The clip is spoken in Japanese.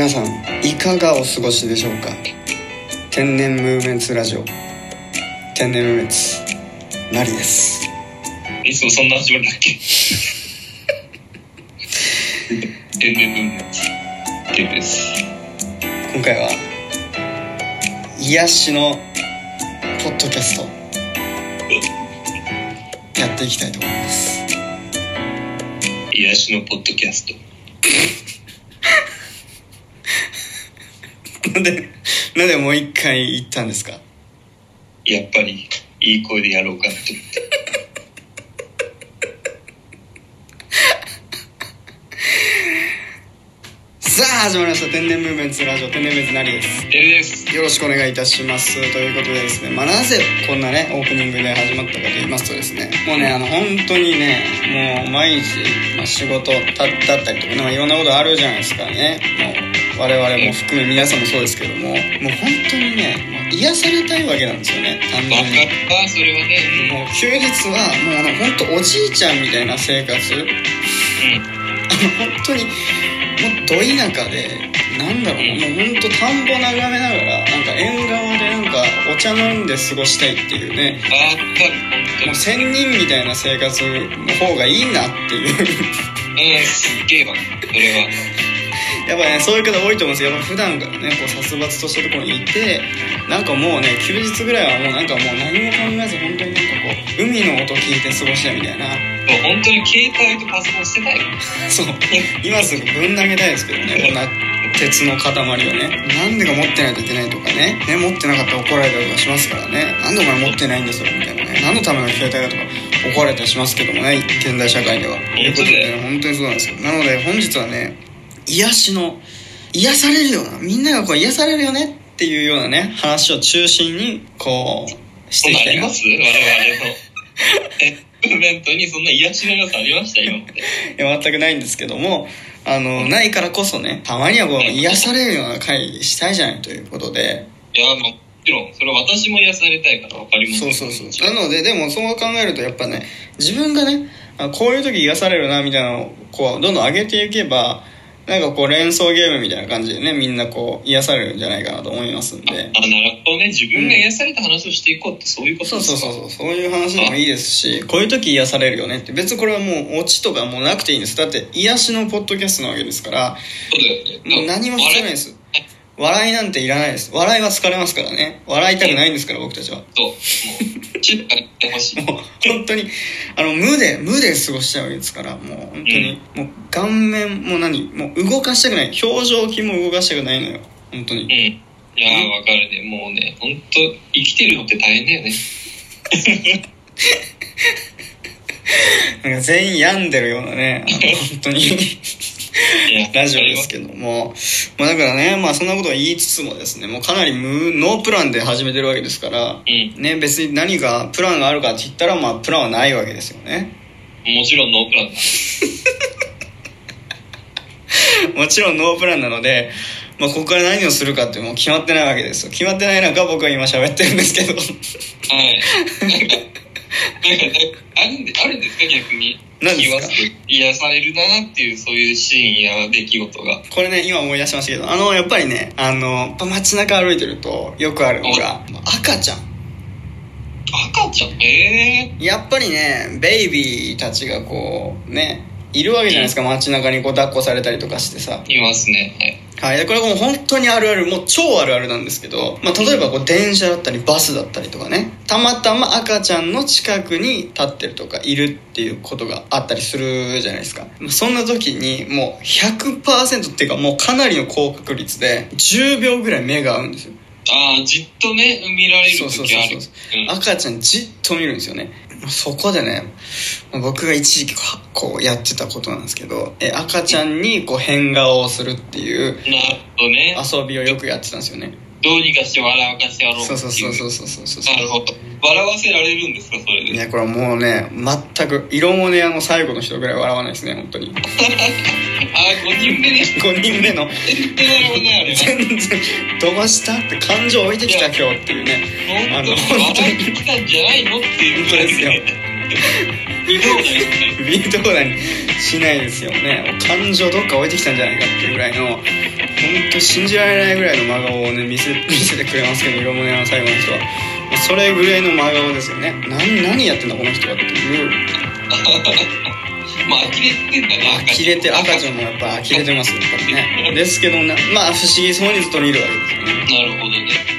皆さんいかがお過ごしでしょうか。天然ムーブメンツラジオ、天然ムーブメンツなりです。 いつもそんな始まるんだっけ天然ムーブメンツケンです。 今回は癒しのポッドキャストやっていきたいと思います。 癒しのポッドキャストなんでもう一回言ったんですか。 やっぱりいい声でやろうかなと思ってさあ始まりました。天然ムーブメンツラジオ、天然ムーブメンツなりです。 です。 よろしくお願いいたします。ということでですね、なぜこんなねオープニングで始まったかと言いますとですね、もうね本当にねもう毎日、仕事だったりとか、いろんなことあるじゃないですかね。もう我々も含め皆さんもそうですけども、もう本当にね癒されたいわけなんですよね。単純にそれはね、 もう休日はもう本当おじいちゃんみたいな生活、本当にもうど田舎でなんだろうな、もうほんと田んぼ眺めながら縁側でお茶飲んで過ごしたいっていうね、もう仙人みたいな生活の方がいいなっていうすっげえわそれはやっぱねそういう方多いと思うんですよ。やっぱ普段からねこう殺伐としたところにいて、もうね休日ぐらいはもう何も考えず本当にこう海の音聞いて過ごしたいみたいな。 本当に携帯とパソコン捨てたいそう今すぐぶん投げたいですけどねこんな鉄の塊をね、なんでか持ってないといけないとかね、持ってなかったら怒られたりとかしますからね。なんでお前持ってないんだそれみたいなね、何のための携帯だとか怒られたりしますけどもね、現代社会では。 本当で本当にそうなんですよ。なので本日はね癒されるような、みんながこう癒されるよねっていうようなね話を中心にこうしていきたいな。 あります？我々のイベントにそんな癒しの要素ありました今まで？ いや全くないんですけども、ないからこそね、たまにはこう癒されるような会したいじゃないということで。 いやもちろんそれは私も癒されたいから分かります。 そうなので、でもそう考えるとやっぱね、自分がねこういう時癒されるなみたいなのをこうどんどん上げていけば、こう連想ゲームみたいな感じでね、みんなこう癒されるんじゃないかなと思いますんで。 なるほどね。自分が癒された話をしていこうってそういうことですか？ そういう話でもいいですし、こういう時癒されるよねって、別にこれはもうオチとかもうなくていいんです。だって癒しのポッドキャストなわけですから。 そうだよね。 もう何も必要ないです。笑いなんていらないです。笑いは疲れますからね。笑いたくないんですから僕たちは。 そうもうチッと言ってほしい。 もう本当に無で過ごしちゃうわけですから、もう本当に、もう顔面ももう動かしたくない、表情筋も動かしたくないのよ本当に。 いや分かるね。もうね本当生きてるのって大変だよね全員病んでるようなね本当にラジオですけども、だからね、そんなことを言いつつもですね、もうかなりノープランで始めてるわけですから、ね、別に何かプランがあるかって言ったらプランはないわけですよね。 もちろんノープランだもちろんノープランなので、ここから何をするかってもう決まってないわけですよ。決まってない中僕は今喋ってるんですけどはいあるんですか逆に。 何ですか？ 癒されるなっていうそういうシーンや出来事が。これね今思い出しましたけど、やっぱりね街中歩いてるとよくあるのが赤ちゃんやっぱりねベイビーたちがこうねいるわけじゃないですか。街中にこう抱っこされたりとかしてさ。 いますね。 はい、これはもう本当にあるある、もう超あるあるなんですけど、例えばこう電車だったりバスだったりとかね、たまたま赤ちゃんの近くに立ってるとかいるっていうことがあったりするじゃないですか。そんな時にもう 100% っていうかもうかなりの高確率で10秒ぐらい目が合うんですよ。 じっとね見られる時ある。 赤ちゃんじっと見るんですよね。そこでね僕が一時期こうやってたことなんですけど、赤ちゃんにこう変顔をするっていう遊びをよくやってたんですよね。 どうにかして笑わかしてやろうっていう。 そうなるほど。笑わせられるんですかそれで。 いやこれはもうね全く色物屋の最後の人ぐらい笑わないですね本当に5 人目ね。 5人目の全然どうしたって感情置いてきた今日っていうね、 本当に来たんじゃないのっていうことですよ。微動だにしないですよね。感情どっか置いてきたんじゃないかっていうぐらいの本当信じられないぐらいの真顔をね見せてくれますけど、色物屋の最後の人はそれぐらいの真顔ですよね。何やってんだこの人はっていう。 まあ呆れてんだね。 呆れて、赤ちゃんもやっぱ呆れてますよやっぱりね。ですけどね、まあ不思議そうにずっと見るわけですよね。 なるほどね。